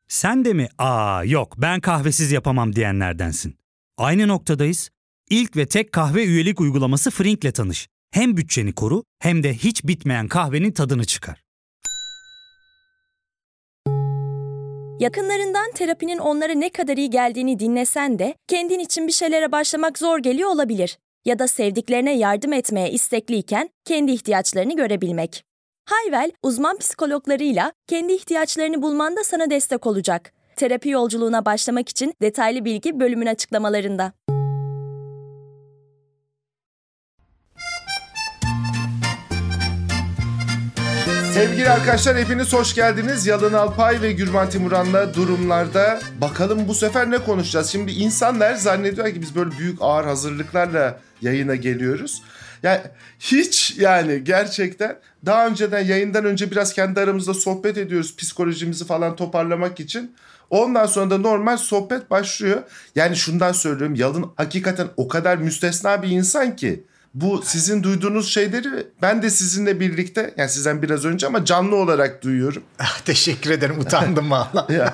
Sen de mi yok ben kahvesiz yapamam diyenlerdensin? Aynı noktadayız. İlk ve tek kahve üyelik uygulaması Frink'le tanış. Hem bütçeni koru hem de hiç bitmeyen kahvenin tadını çıkar. Yakınlarından terapinin onlara ne kadar iyi geldiğini dinlesen de kendin için bir şeylere başlamak zor geliyor olabilir. Ya da sevdiklerine yardım etmeye istekliyken kendi ihtiyaçlarını görebilmek. Hayvel, uzman psikologlarıyla kendi ihtiyaçlarını bulmanda sana destek olacak. Terapi yolculuğuna başlamak için detaylı bilgi bölümün açıklamalarında. Sevgili arkadaşlar, hepiniz hoş geldiniz. Yalın Alpay ve Gürman Timuran'la Durumlar'da. Bakalım bu sefer ne konuşacağız? Şimdi insanlar zannediyor ki biz böyle büyük ağır hazırlıklarla yayına geliyoruz. Yani gerçekten daha önceden, yayından önce biraz kendi aramızda sohbet ediyoruz psikolojimizi falan toparlamak için. Ondan sonra da normal sohbet başlıyor. Yani şundan söylüyorum, Yalın hakikaten o kadar müstesna bir insan ki. Bu sizin duyduğunuz şeyleri ben de sizinle birlikte, yani sizden biraz önce ama canlı olarak duyuyorum. Teşekkür ederim, utandım valla.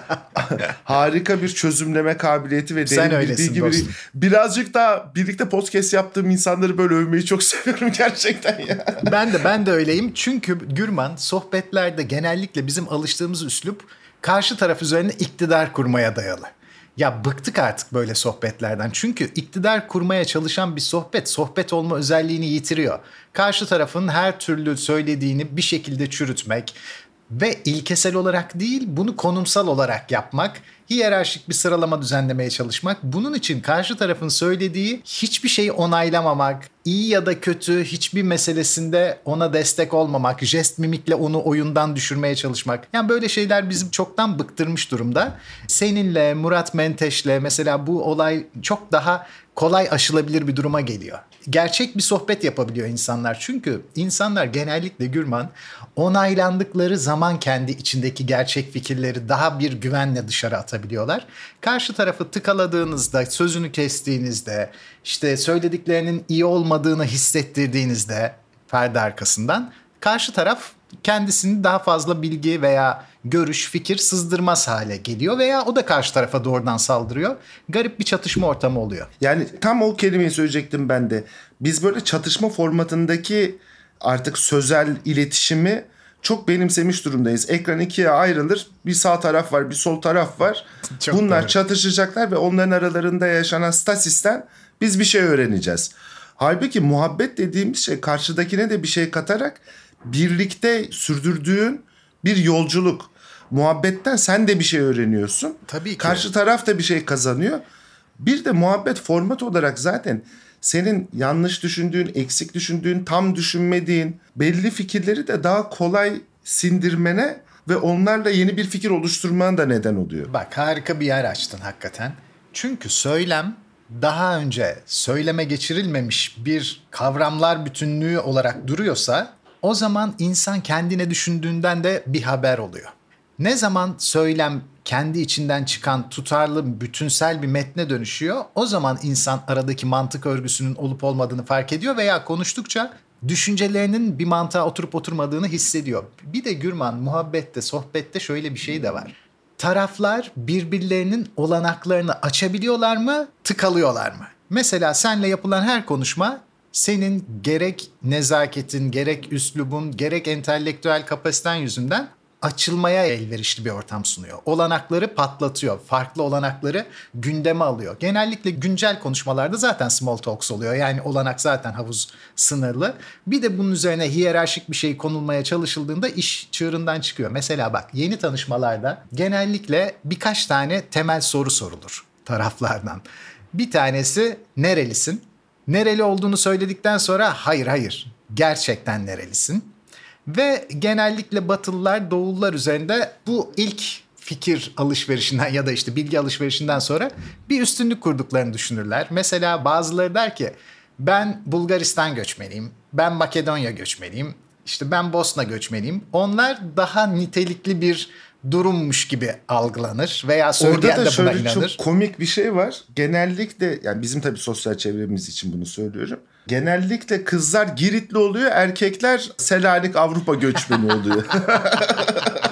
Harika bir çözümleme kabiliyeti ve sen derin öylesin bilgi dostum. Birazcık daha birlikte podcast yaptığım insanları böyle övmeyi çok seviyorum gerçekten ya. Ben de öyleyim. Çünkü Gürman, sohbetlerde genellikle bizim alıştığımız üslup karşı taraf üzerine iktidar kurmaya dayalı. Ya bıktık artık böyle sohbetlerden. Çünkü iktidar kurmaya çalışan bir sohbet olma özelliğini yitiriyor. Karşı tarafın her türlü söylediğini bir şekilde çürütmek ve ilkesel olarak değil, bunu konumsal olarak yapmak, hiyerarşik bir sıralama düzenlemeye çalışmak, bunun için karşı tarafın söylediği hiçbir şeyi onaylamamak, iyi ya da kötü hiçbir meselesinde ona destek olmamak, jest mimikle onu oyundan düşürmeye çalışmak. Yani böyle şeyler bizim çoktan bıktırmış durumda. Seninle, Murat Menteş'le mesela bu olay çok daha kolay aşılabilir bir duruma geliyor. Gerçek bir sohbet yapabiliyor insanlar. Çünkü insanlar genellikle Gürman, onaylandıkları zaman kendi içindeki gerçek fikirleri daha bir güvenle dışarı atabiliyorlar. Karşı tarafı tıkaladığınızda, sözünü kestiğinizde, işte söylediklerinin iyi olmadığını hissettirdiğinizde perde arkasından karşı taraf kendisini daha fazla bilgi veya görüş, fikir sızdırmaz hale geliyor veya o da karşı tarafa doğrudan saldırıyor. Garip bir çatışma ortamı oluyor. Yani tam o kelimeyi söyleyecektim ben de. Biz böyle çatışma formatındaki artık sözel iletişimi çok benimsemiş durumdayız. Ekran ikiye ayrılır. Bir sağ taraf var, bir sol taraf var. Çok Bunlar doğru. Çatışacaklar ve onların aralarında yaşanan stasisten biz bir şey öğreneceğiz. Halbuki muhabbet dediğimiz şey karşıdakine de bir şey katarak birlikte sürdürdüğün bir yolculuk. Muhabbetten sen de bir şey öğreniyorsun. Tabii ki. Karşı taraf da bir şey kazanıyor. Bir de muhabbet format olarak zaten senin yanlış düşündüğün, eksik düşündüğün, tam düşünmediğin belli fikirleri de daha kolay sindirmene ve onlarla yeni bir fikir oluşturmana da neden oluyor. Bak, harika bir yer açtın hakikaten. Çünkü söylem daha önce söyleme geçirilmemiş bir kavramlar bütünlüğü olarak duruyorsa o zaman insan kendine düşündüğünden de bir haber oluyor. Ne zaman söylem kendi içinden çıkan tutarlı, bütünsel bir metne dönüşüyor, o zaman insan aradaki mantık örgüsünün olup olmadığını fark ediyor veya konuştukça düşüncelerinin bir mantığa oturup oturmadığını hissediyor. Bir de Gürman, muhabbette, sohbette şöyle bir şey de var. Taraflar birbirlerinin olanaklarını açabiliyorlar mı, tıkalıyorlar mı? Mesela seninle yapılan her konuşma senin gerek nezaketin, gerek üslubun, gerek entelektüel kapasiten yüzünden açılmaya elverişli bir ortam sunuyor. Olanakları patlatıyor. Farklı olanakları gündeme alıyor. Genellikle güncel konuşmalarda zaten small talks oluyor. Yani olanak zaten havuz sınırlı. Bir de bunun üzerine hiyerarşik bir şey konulmaya çalışıldığında iş çığırından çıkıyor. Mesela bak, yeni tanışmalarda genellikle birkaç tane temel soru sorulur taraflardan. Bir tanesi nerelisin? Nereli olduğunu söyledikten sonra hayır gerçekten nerelisin? Ve genellikle Batılılar Doğullar üzerinde bu ilk fikir alışverişinden ya da işte bilgi alışverişinden sonra bir üstünlük kurduklarını düşünürler. Mesela bazıları der ki ben Bulgaristan göçmeniyim, ben Makedonya göçmeniyim, işte ben Bosna göçmeniyim. Onlar daha nitelikli bir durummuş gibi algılanır veya söyleyen de buna inanır. Orada da şöyle çok komik bir şey var. Genellikle, yani bizim tabii sosyal çevremiz için bunu söylüyorum. Genellikle kızlar Giritli oluyor, erkekler Selanik Avrupa göçmeni oluyor.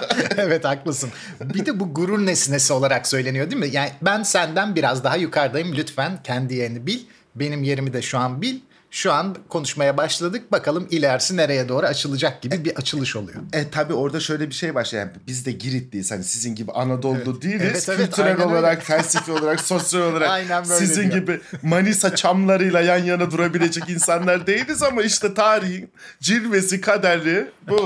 Evet, haklısın. Bir de bu gurur nesnesi olarak söyleniyor değil mi? Yani ben senden biraz daha yukarıdayım. Lütfen kendi yerini bil. Benim yerimi de şu an bil. Şu an konuşmaya başladık. Bakalım ilerisi nereye doğru açılacak gibi bir açılış oluyor. Tabii orada şöyle bir şey var. Yani biz de Giritliyiz. Hani sizin gibi Anadolu değiliz. Evet, Kültürel aynen olarak, öyle. felsefi olarak, sosyal olarak Aynen böyle sizin diyor. gibi Manisa çamlarıyla yan yana durabilecek insanlar değiliz ama işte tarihin cilvesi, kaderi bu.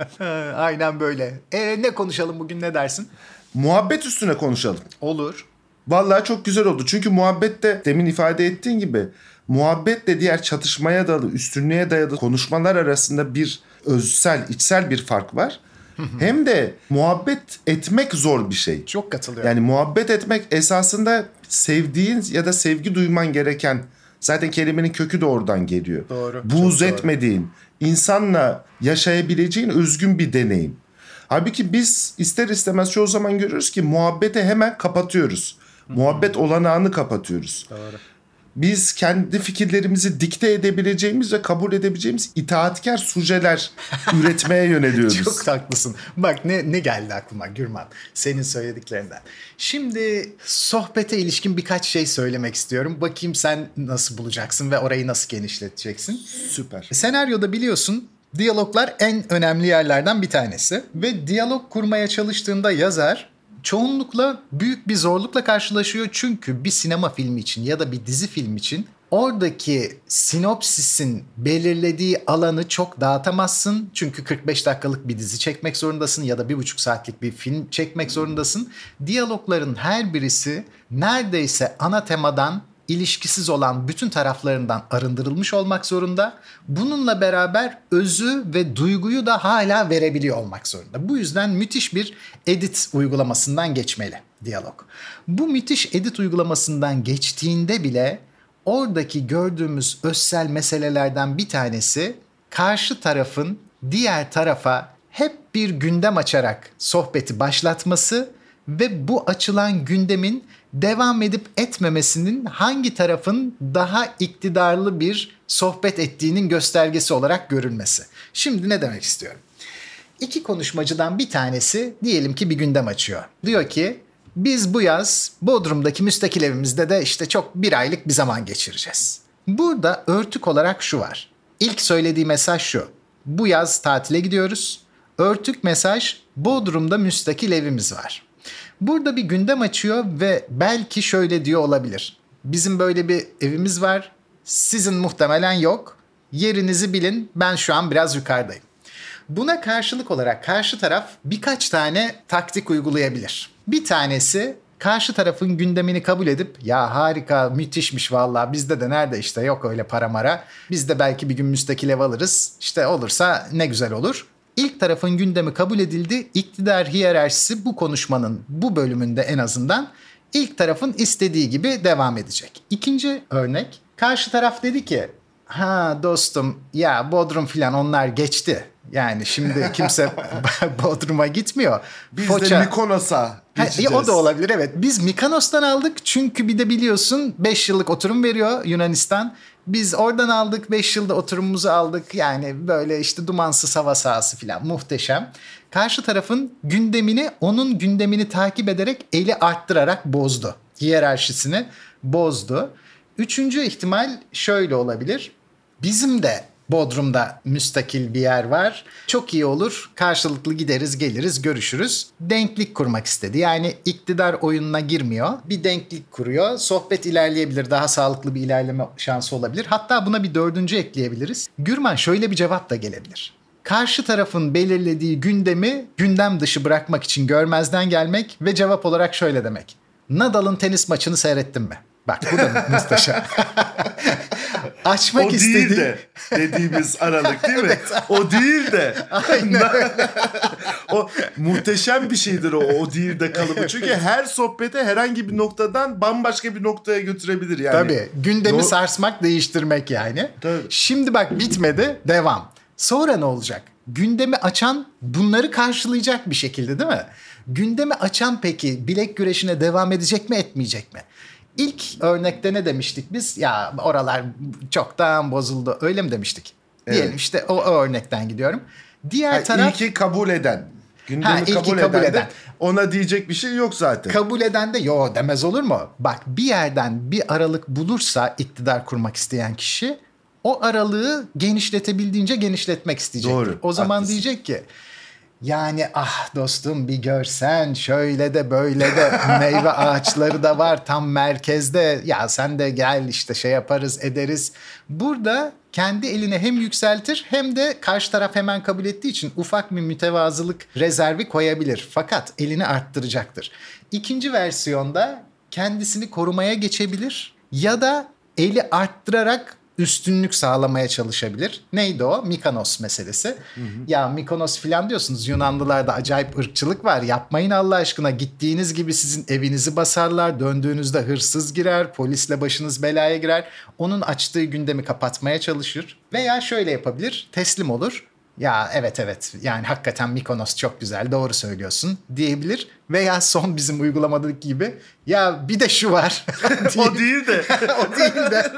Aynen böyle. Ne konuşalım bugün, ne dersin? Muhabbet üstüne konuşalım. Olur. Vallahi çok güzel oldu. Çünkü muhabbet de demin ifade ettiğin gibi muhabbetle diğer çatışmaya dayalı, üstünlüğe dayalı konuşmalar arasında bir özsel, içsel bir fark var. Hem de muhabbet etmek zor bir şey. Çok katılıyorum. Yani muhabbet etmek esasında sevdiğin ya da sevgi duyman gereken, zaten kelimenin kökü de oradan geliyor. Doğru, Buğz çok doğru. etmediğin, insanla yaşayabileceğin özgün bir deneyim. Halbuki biz ister istemez çoğu zaman görüyoruz ki muhabbeti hemen kapatıyoruz. Muhabbet olanağını kapatıyoruz. Doğru. Biz kendi fikirlerimizi dikte edebileceğimiz ve kabul edebileceğimiz itaatkar sujeler üretmeye yöneliyoruz. Çok haklısın. Bak ne geldi aklıma Gürman senin söylediklerinden. Şimdi sohbete ilişkin birkaç şey söylemek istiyorum. Bakayım sen nasıl bulacaksın ve orayı nasıl genişleteceksin. Süper. Senaryoda biliyorsun diyaloglar en önemli yerlerden bir tanesi. Ve diyalog kurmaya çalıştığında yazar çoğunlukla büyük bir zorlukla karşılaşıyor. Çünkü bir sinema filmi için ya da bir dizi film için oradaki sinopsisin belirlediği alanı çok dağıtamazsın. Çünkü 45 dakikalık bir dizi çekmek zorundasın ya da 1,5 saatlik bir film çekmek zorundasın. Diyalogların her birisi neredeyse ana temadan ilişkisiz olan bütün taraflarından arındırılmış olmak zorunda. Bununla beraber özü ve duyguyu da hala verebiliyor olmak zorunda. Bu yüzden müthiş bir edit uygulamasından geçmeli diyalog. Bu müthiş edit uygulamasından geçtiğinde bile oradaki gördüğümüz özsel meselelerden bir tanesi karşı tarafın diğer tarafa hep bir gündem açarak sohbeti başlatması ve bu açılan gündemin devam edip etmemesinin hangi tarafın daha iktidarlı bir sohbet ettiğinin göstergesi olarak görülmesi. Şimdi ne demek istiyorum? İki konuşmacıdan bir tanesi diyelim ki bir gündem açıyor. Diyor ki biz bu yaz Bodrum'daki müstakil evimizde de işte çok bir aylık bir zaman geçireceğiz. Burada örtük olarak şu var. İlk söylediği mesaj şu. Bu yaz tatile gidiyoruz. Örtük mesaj Bodrum'da müstakil evimiz var. Burada bir gündem açıyor ve belki şöyle diyor olabilir. Bizim böyle bir evimiz var. Sizin muhtemelen yok. Yerinizi bilin. Ben şu an biraz yukarıdayım. Buna karşılık olarak karşı taraf birkaç tane taktik uygulayabilir. Bir tanesi karşı tarafın gündemini kabul edip ya harika, müthişmiş vallahi, bizde de nerede işte yok öyle para mara. Biz de belki bir gün müstakil ev alırız. İşte olursa ne güzel olur. İlk tarafın gündemi kabul edildi. İktidar hiyerarşisi bu konuşmanın bu bölümünde en azından ilk tarafın istediği gibi devam edecek. İkinci örnek, karşı taraf dedi ki ha dostum ya Bodrum filan onlar geçti. Yani şimdi kimse Bodrum'a gitmiyor. Biz de Mikonos'a geçeceğiz. O da olabilir, evet. Biz Mikonos'tan aldık çünkü bir de biliyorsun 5 yıllık oturum veriyor Yunanistan. Biz oradan aldık, 5 yılda oturumumuzu aldık. Yani böyle işte dumansız hava sahası falan, muhteşem. Karşı tarafın gündemini onun gündemini takip ederek eli arttırarak bozdu. Hiyerarşisini bozdu. Üçüncü ihtimal şöyle olabilir. Bizim de Bodrum'da müstakil bir yer var. Çok iyi olur. Karşılıklı gideriz, geliriz, görüşürüz. Denklik kurmak istedi. Yani iktidar oyununa girmiyor. Bir denklik kuruyor. Sohbet ilerleyebilir. Daha sağlıklı bir ilerleme şansı olabilir. Hatta buna bir dördüncü ekleyebiliriz. Gürman şöyle bir cevap da gelebilir. Karşı tarafın belirlediği gündemi gündem dışı bırakmak için görmezden gelmek ve cevap olarak şöyle demek. Nadal'ın tenis maçını seyrettin mi? Bak bu da muhteşem. Açmak o istediği... değil de dediğimiz aralık değil mi? Evet. O değil de. Aynen öyle. O muhteşem bir şeydir o değil de kalıbı. Çünkü her sohbete herhangi bir noktadan bambaşka bir noktaya götürebilir yani. Tabii. Gündemi sarsmak, değiştirmek yani. Tabii. Şimdi bak bitmedi. Devam. Sonra ne olacak? Gündemi açan bunları karşılayacak bir şekilde değil mi? Gündemi açan peki bilek güreşine devam edecek mi, etmeyecek mi? İlk örnekte ne demiştik biz? Ya oralar çoktan bozuldu. Öyle mi demiştik? Evet. Diyelim işte o örnekten gidiyorum. Diğer taraf... İlki kabul eden. Gündemi ilki kabul kabul eden eden. de ona diyecek bir şey yok zaten. Kabul eden de yo demez olur mu? Bak, bir yerden bir aralık bulursa iktidar kurmak isteyen kişi, o aralığı genişletebildiğince genişletmek isteyecektir. Doğru, O zaman haklısın. diyecek ki yani ah dostum bir görsen şöyle de böyle de meyve ağaçları da var tam merkezde, ya sen de gel işte şey yaparız ederiz. Burada kendi elini hem yükseltir hem de karşı taraf hemen kabul ettiği için ufak bir mütevazılık rezervi koyabilir. Fakat elini arttıracaktır. İkinci versiyonda kendisini korumaya geçebilir ya da eli arttırarak üstünlük sağlamaya çalışabilir. Neydi o? Mikonos meselesi. Ya Mikonos filan diyorsunuz. Yunanlılarda acayip ırkçılık var. Yapmayın Allah aşkına. Gittiğiniz gibi sizin evinizi basarlar. Döndüğünüzde hırsız girer. Polisle başınız belaya girer. Onun açtığı gündemi kapatmaya çalışır. Veya şöyle yapabilir. Teslim olur. Ya evet yani hakikaten Mikonos çok güzel, doğru söylüyorsun diyebilir. Veya son bizim uygulamadaki gibi ya bir de şu var. O değil de. O değil de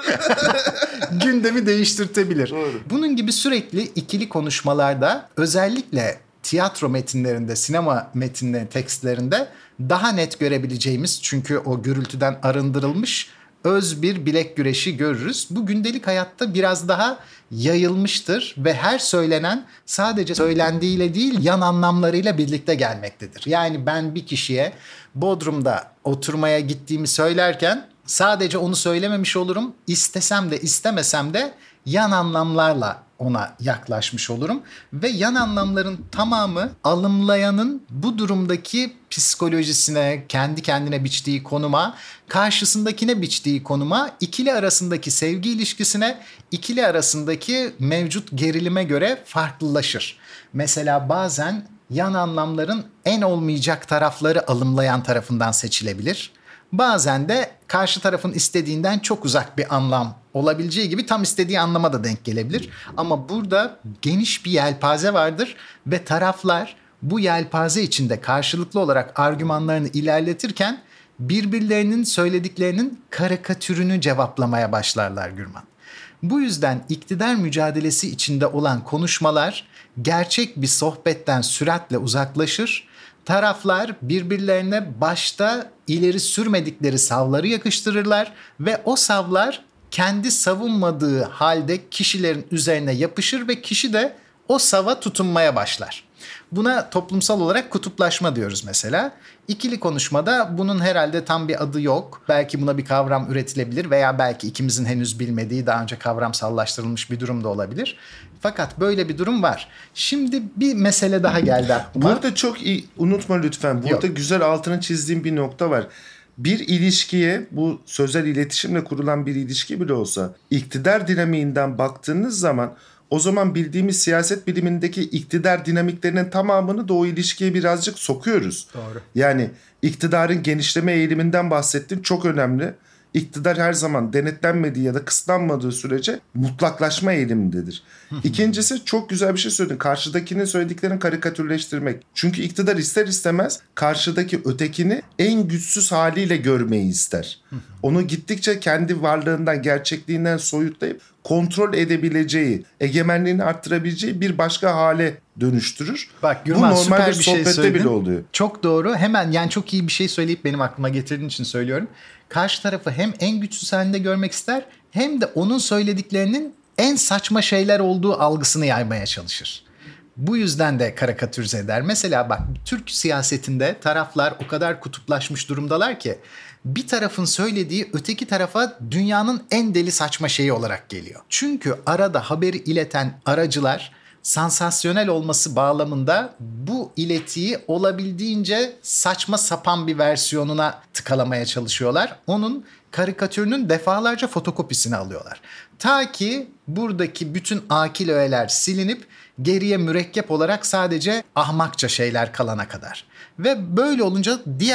gündemi değiştirtebilir. Doğru. Bunun gibi sürekli ikili konuşmalarda, özellikle tiyatro metinlerinde, sinema metinlerinin tekstlerinde daha net görebileceğimiz, çünkü o gürültüden arındırılmış öz bir bilek güreşi görürüz. Bu gündelik hayatta biraz daha yayılmıştır ve her söylenen sadece söylendiğiyle değil yan anlamlarıyla birlikte gelmektedir. Yani ben bir kişiye Bodrum'da oturmaya gittiğimi söylerken sadece onu söylememiş olurum. İstesem de istemesem de yan anlamlarla ona yaklaşmış olurum. Ve yan anlamların tamamı alımlayanın bu durumdaki psikolojisine, kendi kendine biçtiği konuma, karşısındakine biçtiği konuma, ikili arasındaki sevgi ilişkisine, ikili arasındaki mevcut gerilime göre farklılaşır. Mesela bazen yan anlamların en olmayacak tarafları alımlayan tarafından seçilebilir. Bazen de karşı tarafın istediğinden çok uzak bir anlam olabileceği gibi tam istediği anlama da denk gelebilir. Ama burada geniş bir yelpaze vardır ve taraflar bu yelpaze içinde karşılıklı olarak argümanlarını ilerletirken birbirlerinin söylediklerinin karikatürünü cevaplamaya başlarlar Gürman. Bu yüzden iktidar mücadelesi içinde olan konuşmalar gerçek bir sohbetten süratle uzaklaşır. Taraflar birbirlerine başta ileri sürmedikleri savları yakıştırırlar ve o savlar kendi savunmadığı halde kişilerin üzerine yapışır ve kişi de o sava tutunmaya başlar. Buna toplumsal olarak kutuplaşma diyoruz mesela. İkili konuşmada bunun herhalde tam bir adı yok. Belki buna bir kavram üretilebilir veya belki ikimizin henüz bilmediği daha önce kavramsallaştırılmış bir durum da olabilir. Fakat böyle bir durum var. Şimdi bir mesele daha geldi aklıma. Burada çok iyi, unutma lütfen. Burada Yok. güzel altını çizdiğim bir nokta var. Bir ilişkiye, bu sözel iletişimle kurulan bir ilişki bile olsa, iktidar dinamiğinden baktığınız zaman, o zaman bildiğimiz siyaset bilimindeki iktidar dinamiklerinin tamamını da o ilişkiye birazcık sokuyoruz. Doğru. Yani iktidarın genişleme eğiliminden bahsettim, çok önemli. İktidar her zaman denetlenmediği ya da kısıtlanmadığı sürece mutlaklaşma eğilimindedir. İkincisi, çok güzel bir şey söyledin. Karşıdakinin söylediklerini karikatürleştirmek. Çünkü iktidar ister istemez karşıdaki ötekini en güçsüz haliyle görmeyi ister. Onu gittikçe kendi varlığından, gerçekliğinden soyutlayıp kontrol edebileceği, egemenliğini arttırabileceği bir başka hale dönüştürür. Bak Bu Gürman, normal süper bir bir şey sohbette söyledin. bile oluyor. Çok doğru. Hemen yani çok iyi bir şey söyleyip benim aklıma getirdiğin için söylüyorum. Karşı tarafı hem en güçsüz halinde görmek ister hem de onun söylediklerinin en saçma şeyler olduğu algısını yaymaya çalışır. Bu yüzden de karikatürize eder. Mesela bak, Türk siyasetinde taraflar o kadar kutuplaşmış durumdalar ki bir tarafın söylediği öteki tarafa dünyanın en deli saçma şeyi olarak geliyor. Çünkü arada haberi ileten aracılar sansasyonel olması bağlamında bu iletiyi olabildiğince saçma sapan bir versiyonuna tıkalamaya çalışıyorlar. Onun karikatürünün defalarca fotokopisini alıyorlar. Ta ki buradaki bütün akil öğeler silinip geriye mürekkep olarak sadece ahmakça şeyler kalana kadar. Ve böyle olunca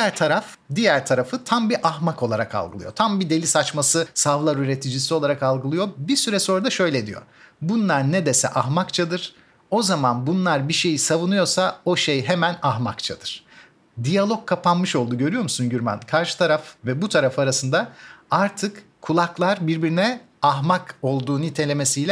diğer tarafı tam bir ahmak olarak algılıyor. Tam bir deli saçması savlar üreticisi olarak algılıyor. Bir süre sonra da şöyle diyor: bunlar ne dese ahmakçadır. O zaman bunlar bir şeyi savunuyorsa o şey hemen ahmakçadır. Diyalog kapanmış oldu, görüyor musun Gürman? Karşı taraf ve bu taraf arasında artık kulaklar birbirine ahmak olduğu nitelemesiyle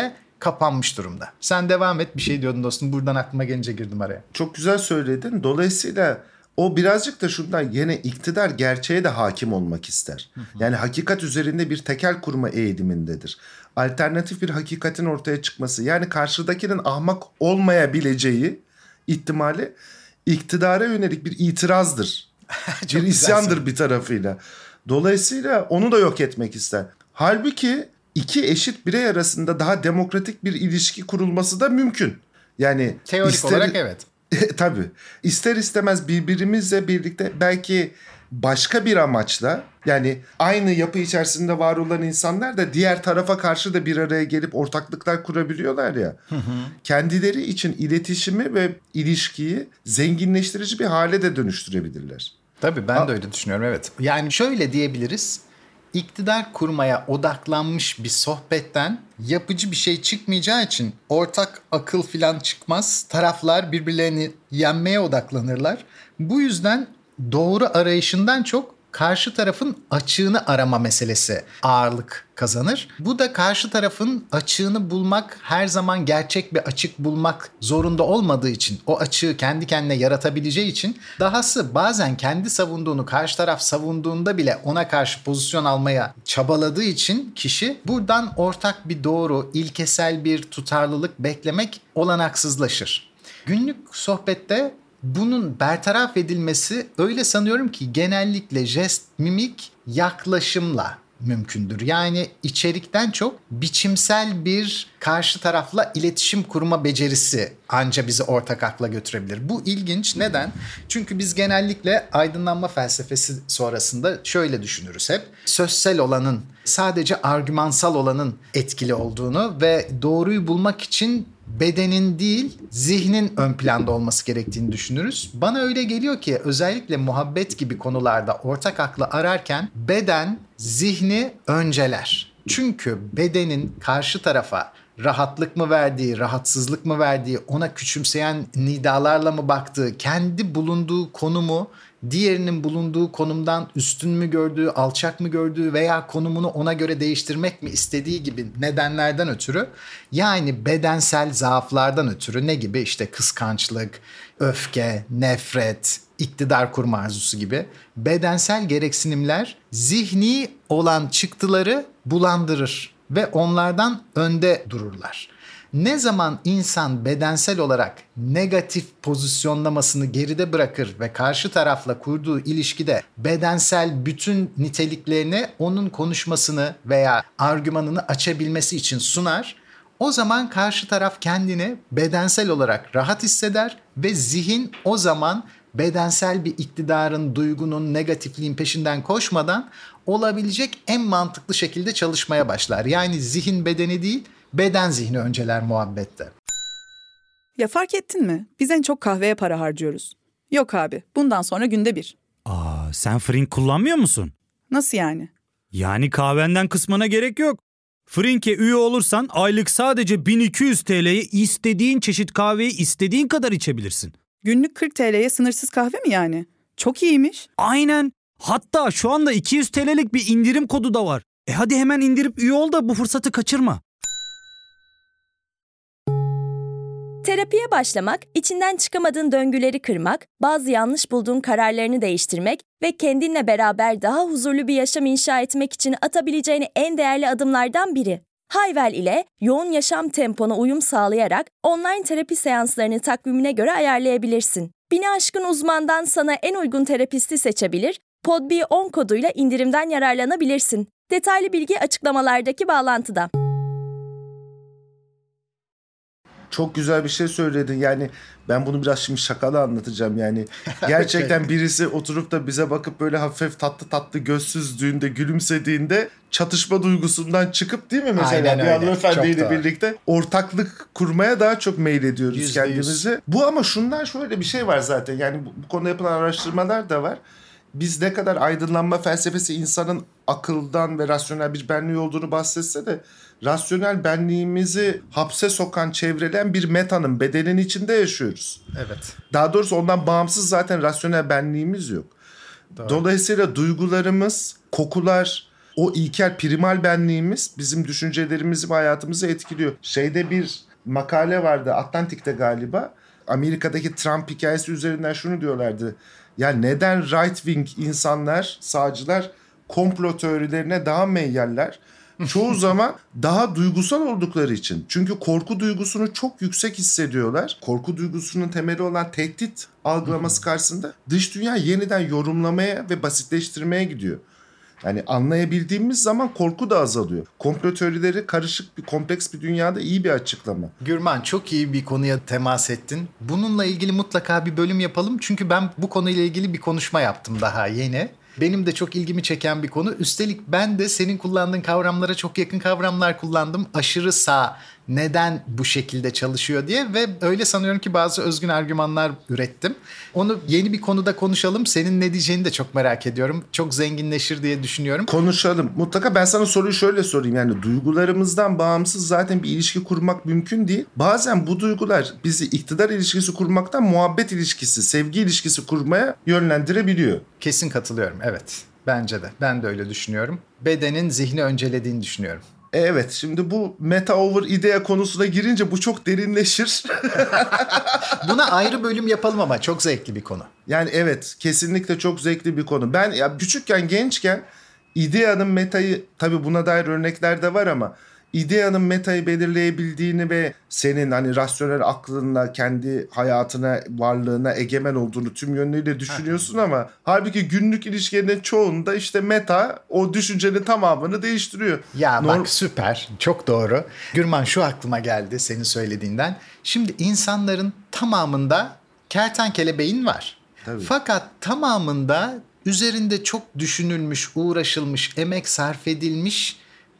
kapanmış durumda. Sen devam et, bir şey diyordun dostum. Buradan aklıma gelince girdim araya. Çok güzel söyledin. Dolayısıyla o birazcık da şundan, yine iktidar gerçeğe de hakim olmak ister. Yani hakikat üzerinde bir tekel kurma eğilimindedir. Alternatif bir hakikatin ortaya çıkması, yani karşıdakinin ahmak olmayabileceği ihtimali iktidara yönelik bir itirazdır. Bir isyandır bir tarafıyla. Dolayısıyla onu da yok etmek ister. Halbuki iki eşit birey arasında daha demokratik bir ilişki kurulması da mümkün. Yani Teorik olarak evet. Tabii. İster istemez birbirimizle birlikte belki başka bir amaçla, yani aynı yapı içerisinde var olan insanlar da diğer tarafa karşı da bir araya gelip ortaklıklar kurabiliyorlar ya. Kendileri için iletişimi ve ilişkiyi zenginleştirici bir hale de dönüştürebilirler. Tabii ben de öyle düşünüyorum, evet. Yani şöyle diyebiliriz. İktidar kurmaya odaklanmış bir sohbetten yapıcı bir şey çıkmayacağı için ortak akıl falan çıkmaz. Taraflar birbirlerini yenmeye odaklanırlar. Bu yüzden doğru arayışından çok karşı tarafın açığını arama meselesi ağırlık kazanır. Bu da karşı tarafın açığını bulmak, her zaman gerçek bir açık bulmak zorunda olmadığı için, o açığı kendi kendine yaratabileceği için, dahası bazen kendi savunduğunu karşı taraf savunduğunda bile ona karşı pozisyon almaya çabaladığı için kişi, buradan ortak bir doğru, ilkesel bir tutarlılık beklemek olanaksızlaşır. Günlük sohbette bunun bertaraf edilmesi öyle sanıyorum ki genellikle jest, mimik, yaklaşımla mümkündür. Yani içerikten çok biçimsel bir karşı tarafla iletişim kurma becerisi anca bizi ortak akla götürebilir. Bu ilginç. Neden? Çünkü biz genellikle aydınlanma felsefesi sonrasında şöyle düşünürüz hep. Sözsel olanın, sadece argümansal olanın etkili olduğunu ve doğruyu bulmak için bedenin değil, zihnin ön planda olması gerektiğini düşünürüz. Bana öyle geliyor ki özellikle muhabbet gibi konularda ortak aklı ararken beden zihni önceler. Çünkü bedenin karşı tarafa rahatlık mı verdiği, rahatsızlık mı verdiği, ona küçümseyen nidalarla mı baktığı, kendi bulunduğu konumu diğerinin bulunduğu konumdan üstün mü gördüğü, alçak mı gördüğü veya konumunu ona göre değiştirmek mi istediği gibi nedenlerden ötürü, yani bedensel zaaflardan ötürü, ne gibi? İşte kıskançlık, öfke, nefret, iktidar kurma arzusu gibi bedensel gereksinimler zihni olan çıktıları bulandırır ve onlardan önde dururlar. Ne zaman insan bedensel olarak negatif pozisyonlamasını geride bırakır ve karşı tarafla kurduğu ilişkide bedensel bütün niteliklerini onun konuşmasını veya argümanını açabilmesi için sunar, o zaman karşı taraf kendini bedensel olarak rahat hisseder ve zihin o zaman bedensel bir iktidarın, duygunun, negatifliğin peşinden koşmadan olabilecek en mantıklı şekilde çalışmaya başlar. Yani zihin bedeni değil, beden zihni önceler muhabbette. Ya fark ettin mi? Biz en çok kahveye para harcıyoruz. Yok abi, bundan sonra günde bir. Sen Frink kullanmıyor musun? Nasıl yani? Yani kahvenden kısmına gerek yok. Frink'e üye olursan aylık sadece 1200 TL'ye istediğin çeşit kahveyi istediğin kadar içebilirsin. Günlük 40 TL'ye sınırsız kahve mi yani? Çok iyiymiş. Aynen. Hatta şu anda 200 TL'lik bir indirim kodu da var. Hadi hemen indirip üye ol da bu fırsatı kaçırma. Terapiye başlamak, içinden çıkamadığın döngüleri kırmak, bazı yanlış bulduğun kararlarını değiştirmek ve kendinle beraber daha huzurlu bir yaşam inşa etmek için atabileceğin en değerli adımlardan biri. Hayvel ile yoğun yaşam tempona uyum sağlayarak online terapi seanslarını takvimine göre ayarlayabilirsin. 1000'i aşkın uzmandan sana en uygun terapisti seçebilir, PodB10 koduyla indirimden yararlanabilirsin. Detaylı bilgi açıklamalardaki bağlantıda. Çok güzel bir şey söyledin. Yani ben bunu biraz şimdi şakalı anlatacağım. Yani gerçekten birisi oturup da bize bakıp böyle hafif tatlı tatlı göz süzdüğünde, gülümsediğinde çatışma duygusundan çıkıp, değil mi mesela, aynen bir öyle. hanımefendiyle birlikte ortaklık kurmaya daha çok meylediyoruz %100. kendimizi. Bu ama şundan şöyle bir şey var zaten. Yani bu konuda yapılan araştırmalar da var. Biz ne kadar aydınlanma felsefesi insanın akıldan ve rasyonel bir benliği olduğunu bahsetse de rasyonel benliğimizi hapse sokan, çevreleyen bir metanın, bedenin içinde yaşıyoruz. Evet. Daha doğrusu ondan bağımsız zaten rasyonel benliğimiz yok. Doğru. Dolayısıyla duygularımız, kokular, O ilkel primal benliğimiz bizim düşüncelerimizi ve hayatımızı etkiliyor. Şeyde bir makale vardı, Atlantik'te galiba. Amerika'daki Trump hikayesi üzerinden şunu diyorlardı. Ya neden right wing insanlar, sağcılar komplo teorilerine daha meyyeller? Çoğu zaman daha duygusal oldukları için. Çünkü korku duygusunu çok yüksek hissediyorlar. Korku duygusunun temeli olan tehdit algılaması karşısında dış dünya yeniden yorumlamaya ve basitleştirmeye gidiyor. Yani anlayabildiğimiz zaman korku da azalıyor. Komplo teorileri karışık bir, kompleks bir dünyada iyi bir açıklama. Gürman, çok iyi bir konuya temas ettin. Bununla ilgili mutlaka bir bölüm yapalım. Çünkü ben bu konuyla ilgili bir konuşma yaptım daha yeni. Benim de çok ilgimi çeken bir konu. Üstelik ben de senin kullandığın kavramlara çok yakın kavramlar kullandım. Aşırı sağ neden bu şekilde çalışıyor diye ve öyle sanıyorum ki bazı özgün argümanlar ürettim. Onu yeni bir konuda konuşalım. Senin ne diyeceğini de çok merak ediyorum. Çok zenginleşir diye düşünüyorum. Konuşalım. Mutlaka ben sana soruyu şöyle sorayım. Yani duygularımızdan bağımsız zaten bir ilişki kurmak mümkün değil. Bazen bu duygular bizi iktidar ilişkisi kurmaktan muhabbet ilişkisi, sevgi ilişkisi kurmaya yönlendirebiliyor. Kesin katılıyorum. Evet. Bence de. Ben de öyle düşünüyorum. Bedenin zihni öncelediğini düşünüyorum. Evet, şimdi bu meta over idea konusuna girince bu çok derinleşir. Buna ayrı bölüm yapalım ama çok zevkli bir konu. Yani evet, kesinlikle çok zevkli bir konu. Ben ya küçükken, gençken ideanın metayı, tabii buna dair örnekler de var ama ideanın metayı belirleyebildiğini ve senin hani rasyonel aklınla kendi hayatına, varlığına egemen olduğunu tüm yönleriyle düşünüyorsun ama halbuki günlük ilişkilerin çoğunda işte meta o düşüncenin tamamını değiştiriyor. Ya bak süper, çok doğru. Gürman, şu aklıma geldi senin söylediğinden. Şimdi insanların tamamında kertenkele beyin var. Tabii. Fakat tamamında üzerinde çok düşünülmüş, uğraşılmış, emek sarf edilmiş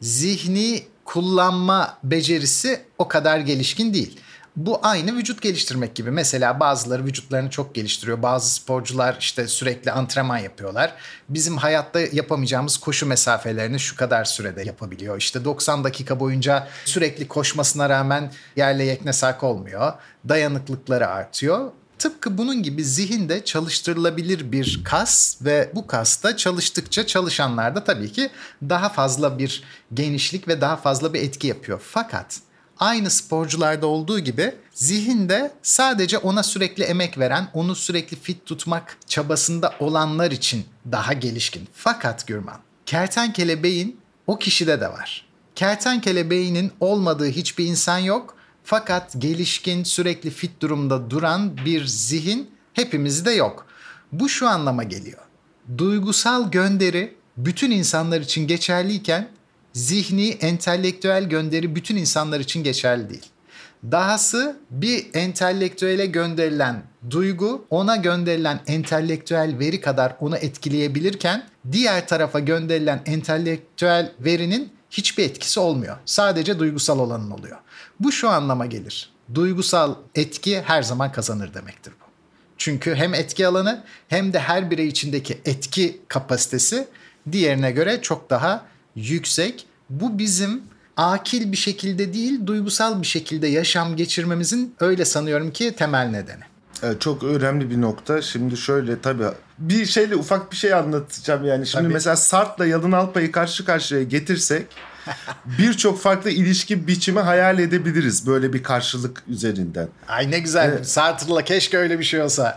zihni kullanma becerisi o kadar gelişkin değil. Bu aynı vücut geliştirmek gibi. Mesela bazıları vücutlarını çok geliştiriyor. Bazı sporcular işte sürekli antrenman yapıyorlar. Bizim hayatta yapamayacağımız koşu mesafelerini şu kadar sürede yapabiliyor. İşte 90 dakika boyunca sürekli koşmasına rağmen yerle yeknesak olmuyor. Dayanıklıkları artıyor. Tıpkı bunun gibi zihinde çalıştırılabilir bir kas ve bu kasta çalıştıkça çalışanlarda tabii ki daha fazla bir genişlik ve daha fazla bir etki yapıyor. Fakat aynı sporcularda olduğu gibi zihinde sadece ona sürekli emek veren, onu sürekli fit tutmak çabasında olanlar için daha gelişkin. Fakat Gürman, kertenkele beyin o kişide de var. Kertenkele beynin olmadığı hiçbir insan yok. Fakat gelişkin, sürekli fit durumda duran bir zihin hepimizde yok. Bu şu anlama geliyor. Duygusal gönderi bütün insanlar için geçerliyken zihni, entelektüel gönderi bütün insanlar için geçerli değil. Dahası bir entelektüele gönderilen duygu ona gönderilen entelektüel veri kadar onu etkileyebilirken diğer tarafa gönderilen entelektüel verinin hiçbir etkisi olmuyor. Sadece duygusal olanın oluyor. Bu şu anlama gelir. Duygusal etki her zaman kazanır demektir bu. Çünkü hem etki alanı hem de her birey içindeki etki kapasitesi diğerine göre çok daha yüksek. Bu bizim akil bir şekilde değil, duygusal bir şekilde yaşam geçirmemizin öyle sanıyorum ki temel nedeni. Evet, çok önemli bir nokta. Şimdi şöyle tabii bir şeyle ufak bir şey anlatacağım yani. Şimdi tabii. Mesela Sartre'la Yalın Alpay'ı karşı karşıya getirsek birçok farklı ilişki biçimi hayal edebiliriz böyle bir karşılık üzerinden. Ay ne güzel. Sartre'la keşke öyle bir şey olsa.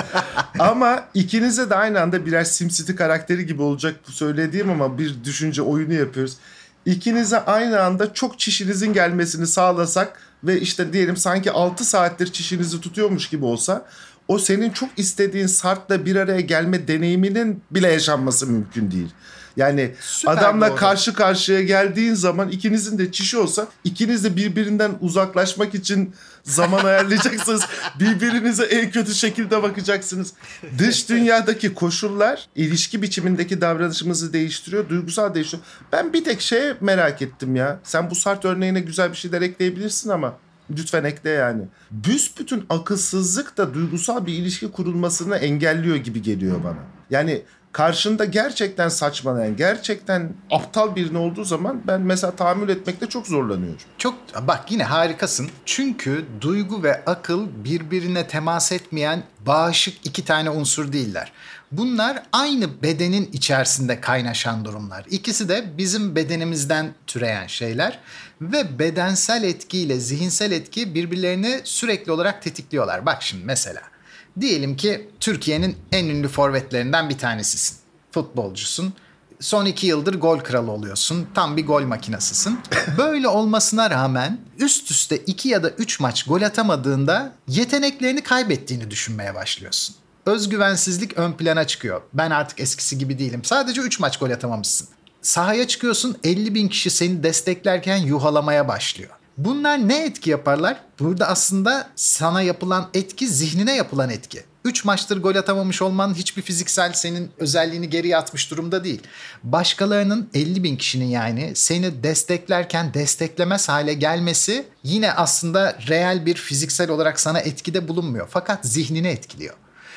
Ama ikinize de aynı anda birer SimCity karakteri gibi olacak bu söylediğim ama bir düşünce oyunu yapıyoruz. İkinize aynı anda çok çişinizin gelmesini sağlasak ve işte diyelim sanki 6 saattir çişinizi tutuyormuş gibi olsa o senin çok istediğin Sartre'la bir araya gelme deneyiminin bile yaşanması mümkün değil. Yani Süper adamla doğru. karşı karşıya geldiğin zaman ikinizin de çişi olsa ikiniz de birbirinden uzaklaşmak için zaman ayarlayacaksınız. Birbirinize en kötü şekilde bakacaksınız. Dış dünyadaki koşullar ilişki biçimindeki davranışımızı değiştiriyor, duygusal değiştiriyor. Ben bir tek şeye merak ettim ya. Sen bu Sartre örneğine güzel bir şeyler ekleyebilirsin ama lütfen ekle yani. Büsbütün akılsızlık da duygusal bir ilişki kurulmasını engelliyor gibi geliyor bana. Yani karşında gerçekten saçmalayan, gerçekten aptal birini olduğu zaman ben mesela tahammül etmekte çok zorlanıyorum. Çok bak yine harikasın. Çünkü duygu ve akıl birbirine temas etmeyen bağışık iki tane unsur değiller. Bunlar aynı bedenin içerisinde kaynaşan durumlar. İkisi de bizim bedenimizden türeyen şeyler ve bedensel etki ile zihinsel etki birbirlerini sürekli olarak tetikliyorlar. Bak şimdi mesela diyelim ki Türkiye'nin en ünlü forvetlerinden bir tanesisin. Futbolcusun. Son 2 yıldır gol kralı oluyorsun. Tam bir gol makinasısın. Böyle olmasına rağmen üst üste 2 ya da 3 maç gol atamadığında yeteneklerini kaybettiğini düşünmeye başlıyorsun. Özgüvensizlik ön plana çıkıyor. Ben artık eskisi gibi değilim. Sadece 3 maç gol atamamışsın. Sahaya çıkıyorsun, 50.000 kişi seni desteklerken yuhalamaya başlıyor. Bunlar ne etki yaparlar? Burada aslında sana yapılan etki zihnine yapılan etki. 3 maçtır gol atamamış olman hiçbir fiziksel senin özelliğini geriye atmış durumda değil. Başkalarının 50.000 kişinin yani seni desteklerken desteklemez hale gelmesi yine aslında reel bir fiziksel olarak sana etkide bulunmuyor. Fakat zihnini etkiliyor.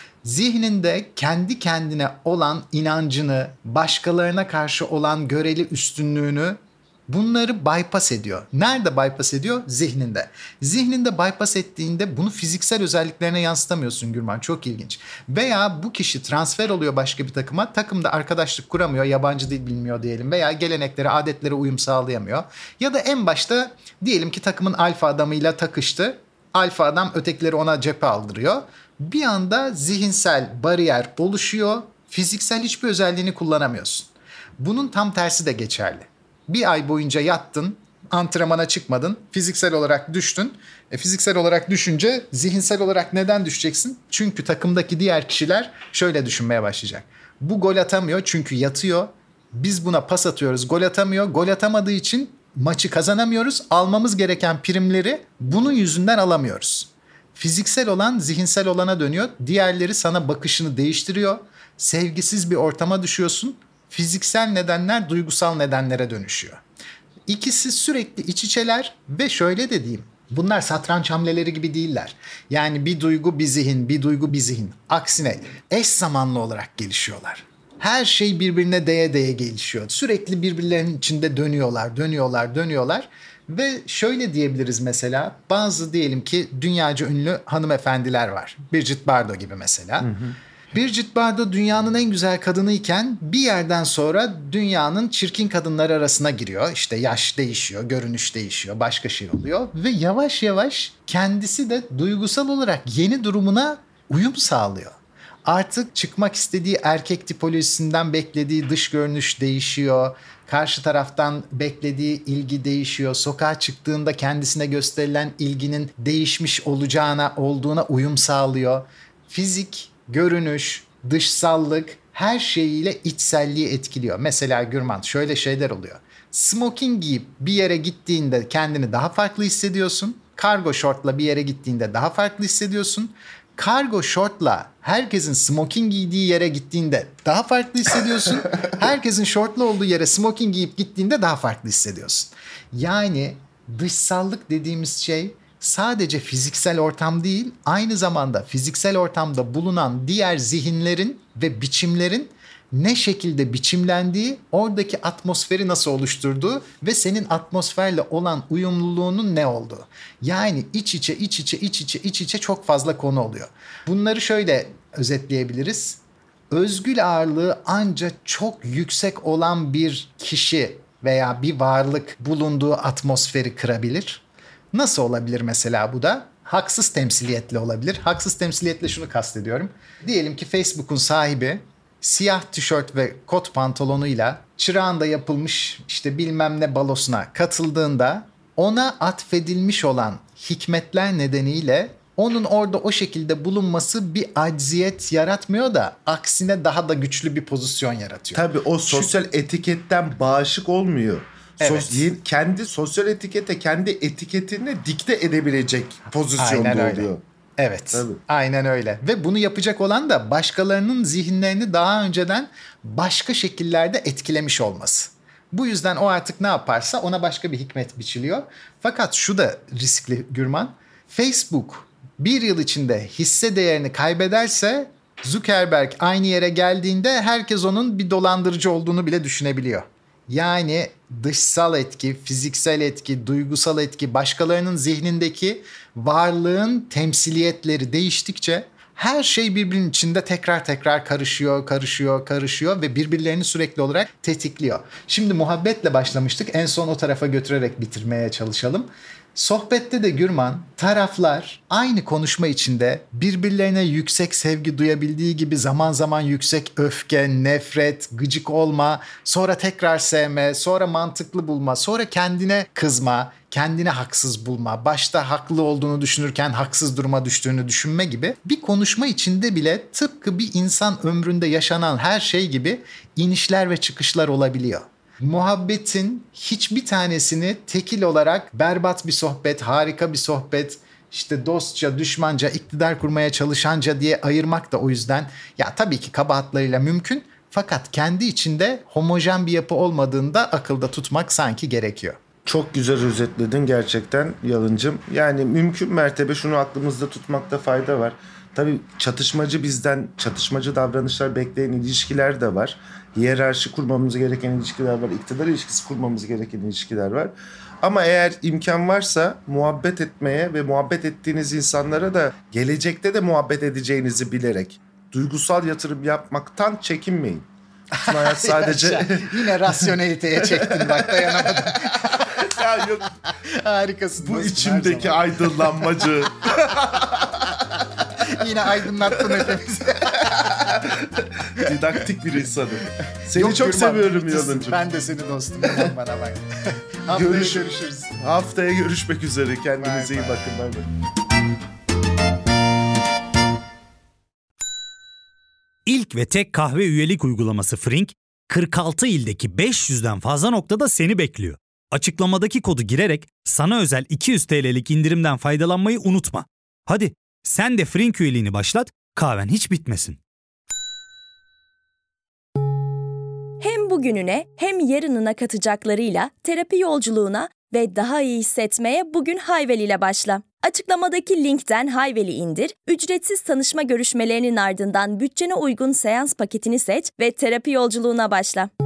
Zihninde kendi kendine olan inancını, başkalarına karşı olan göreli üstünlüğünü bunları bypass ediyor. Nerede bypass ediyor? Zihninde. Zihninde bypass ettiğinde bunu fiziksel özelliklerine yansıtamıyorsun Gürman. Çok ilginç. Veya bu kişi transfer oluyor başka bir takıma. Takımda arkadaşlık kuramıyor, yabancı dil bilmiyor diyelim. Veya geleneklere, adetlere uyum sağlayamıyor. Ya da en başta diyelim ki takımın alfa adamıyla takıştı. Alfa adam ötekileri ona cephe aldırıyor. Bir anda zihinsel bariyer oluşuyor. Fiziksel hiçbir özelliğini kullanamıyorsun. Bunun tam tersi de geçerli. Bir ay boyunca yattın, antrenmana çıkmadın, fiziksel olarak düştün. Fiziksel olarak düşünce zihinsel olarak neden düşeceksin? Çünkü takımdaki diğer kişiler şöyle düşünmeye başlayacak. Bu gol atamıyor çünkü yatıyor. Biz buna pas atıyoruz, gol atamıyor. Gol atamadığı için maçı kazanamıyoruz. Almamız gereken primleri bunun yüzünden alamıyoruz. Fiziksel olan zihinsel olana dönüyor. Diğerleri sana bakışını değiştiriyor. Sevgisiz bir ortama düşüyorsun. Fiziksel nedenler duygusal nedenlere dönüşüyor. İkisi sürekli iç içeler ve şöyle de diyeyim. Bunlar satranç hamleleri gibi değiller. Yani bir duygu bir zihin, bir duygu bir zihin. Aksine eş zamanlı olarak gelişiyorlar. Her şey birbirine değe değe gelişiyor. Sürekli birbirlerinin içinde dönüyorlar. Ve şöyle diyebiliriz mesela. Bazı diyelim ki dünyaca ünlü hanımefendiler var. Bridget Bardot gibi mesela. Bridget Bardot dünyanın en güzel kadınıyken bir yerden sonra dünyanın çirkin kadınları arasına giriyor. İşte yaş değişiyor, görünüş değişiyor, başka şey oluyor. Ve yavaş yavaş kendisi de duygusal olarak yeni durumuna uyum sağlıyor. Artık çıkmak istediği erkek tipolojisinden beklediği dış görünüş değişiyor. Karşı taraftan beklediği ilgi değişiyor. Sokağa çıktığında kendisine gösterilen ilginin değişmiş olduğuna uyum sağlıyor. Fizik, görünüş, dışsallık her şeyiyle içselliği etkiliyor. Mesela Gürman şöyle şeyler oluyor. Smoking giyip bir yere gittiğinde kendini daha farklı hissediyorsun. Kargo şortla bir yere gittiğinde daha farklı hissediyorsun. Kargo şortla herkesin smoking giydiği yere gittiğinde daha farklı hissediyorsun. Herkesin şortlu olduğu yere smoking giyip gittiğinde daha farklı hissediyorsun. Yani dışsallık dediğimiz şey sadece fiziksel ortam değil, aynı zamanda fiziksel ortamda bulunan diğer zihinlerin ve biçimlerin ne şekilde biçimlendiği, oradaki atmosferi nasıl oluşturduğu ve senin atmosferle olan uyumluluğunun ne olduğu. Yani iç içe çok fazla konu oluyor. Bunları şöyle özetleyebiliriz. Özgül ağırlığı ancak çok yüksek olan bir kişi veya bir varlık bulunduğu atmosferi kırabilir. Nasıl olabilir mesela bu da? Haksız temsiliyetle olabilir. Haksız temsiliyetle şunu kastediyorum. Diyelim ki Facebook'un sahibi siyah tişört ve kot pantolonuyla çırağında yapılmış işte bilmem ne balosuna katıldığında ona atfedilmiş olan hikmetler nedeniyle onun orada o şekilde bulunması bir acziyet yaratmıyor da aksine daha da güçlü bir pozisyon yaratıyor. Tabii o sosyal etiketten bağışık olmuyor. Evet. Kendi sosyal etikete, kendi etiketini dikte edebilecek pozisyonda oluyor. Evet, tabii. Aynen öyle. Ve bunu yapacak olan da başkalarının zihinlerini daha önceden başka şekillerde etkilemiş olması. Bu yüzden o artık ne yaparsa ona başka bir hikmet biçiliyor. Fakat şu da riskli Gürman. Facebook bir yıl içinde hisse değerini kaybederse Zuckerberg aynı yere geldiğinde herkes onun bir dolandırıcı olduğunu bile düşünebiliyor. Yani dışsal etki, fiziksel etki, duygusal etki, başkalarının zihnindeki varlığın temsiliyetleri değiştikçe her şey birbirinin içinde tekrar karışıyor ve birbirlerini sürekli olarak tetikliyor. Şimdi muhabbetle başlamıştık. En son o tarafa götürerek bitirmeye çalışalım. Sohbette de Gürman, taraflar aynı konuşma içinde birbirlerine yüksek sevgi duyabildiği gibi zaman zaman yüksek öfke, nefret, gıcık olma, sonra tekrar sevme, sonra mantıklı bulma, sonra kendine kızma, kendine haksız bulma, başta haklı olduğunu düşünürken haksız duruma düştüğünü düşünme gibi bir konuşma içinde bile tıpkı bir insan ömründe yaşanan her şey gibi inişler ve çıkışlar olabiliyor. Muhabbetin hiçbir tanesini tekil olarak berbat bir sohbet, harika bir sohbet, işte dostça, düşmanca, iktidar kurmaya çalışanca diye ayırmak da o yüzden ya tabii ki kabahatlarıyla mümkün, fakat kendi içinde homojen bir yapı olmadığında akılda tutmak sanki gerekiyor. Çok güzel özetledin gerçekten Yalıncım. Yani mümkün mertebe şunu aklımızda tutmakta fayda var. Tabii çatışmacı davranışlar bekleyen ilişkiler de var. Hiyerarşi kurmamız gereken ilişkiler var. İktidar ilişkisi kurmamız gereken ilişkiler var. Ama eğer imkan varsa muhabbet etmeye ve muhabbet ettiğiniz insanlara da gelecekte de muhabbet edeceğinizi bilerek duygusal yatırım yapmaktan çekinmeyin. Hayat sadece... Yine rasyoneliteye çektin bak, dayanamadım. Ya yok. Harikasın. Bu içimdeki aydınlanmacı. Yine aydınlattın hepimizi. Didaktik bir insanım. Seni Yok, çok Gürman, seviyorum müthişsin. Yalıncım. Ben de seni dostum. İnan bana bak. Haftaya görüşürüz. Haftaya görüşmek üzere. Kendinize iyi Bye bakın. Bay bay. İlk ve tek kahve üyelik uygulaması Frink, 46 ildeki 500'den fazla noktada seni bekliyor. Açıklamadaki kodu girerek sana özel 200 TL'lik indirimden faydalanmayı unutma. Hadi sen de Frink üyeliğini başlat, kahven hiç bitmesin. Hem bugününe hem yarınına katacaklarıyla terapi yolculuğuna ve daha iyi hissetmeye bugün Hayvel ile başla. Açıklamadaki linkten Hayvel'i indir, ücretsiz tanışma görüşmelerinin ardından bütçene uygun seans paketini seç ve terapi yolculuğuna başla.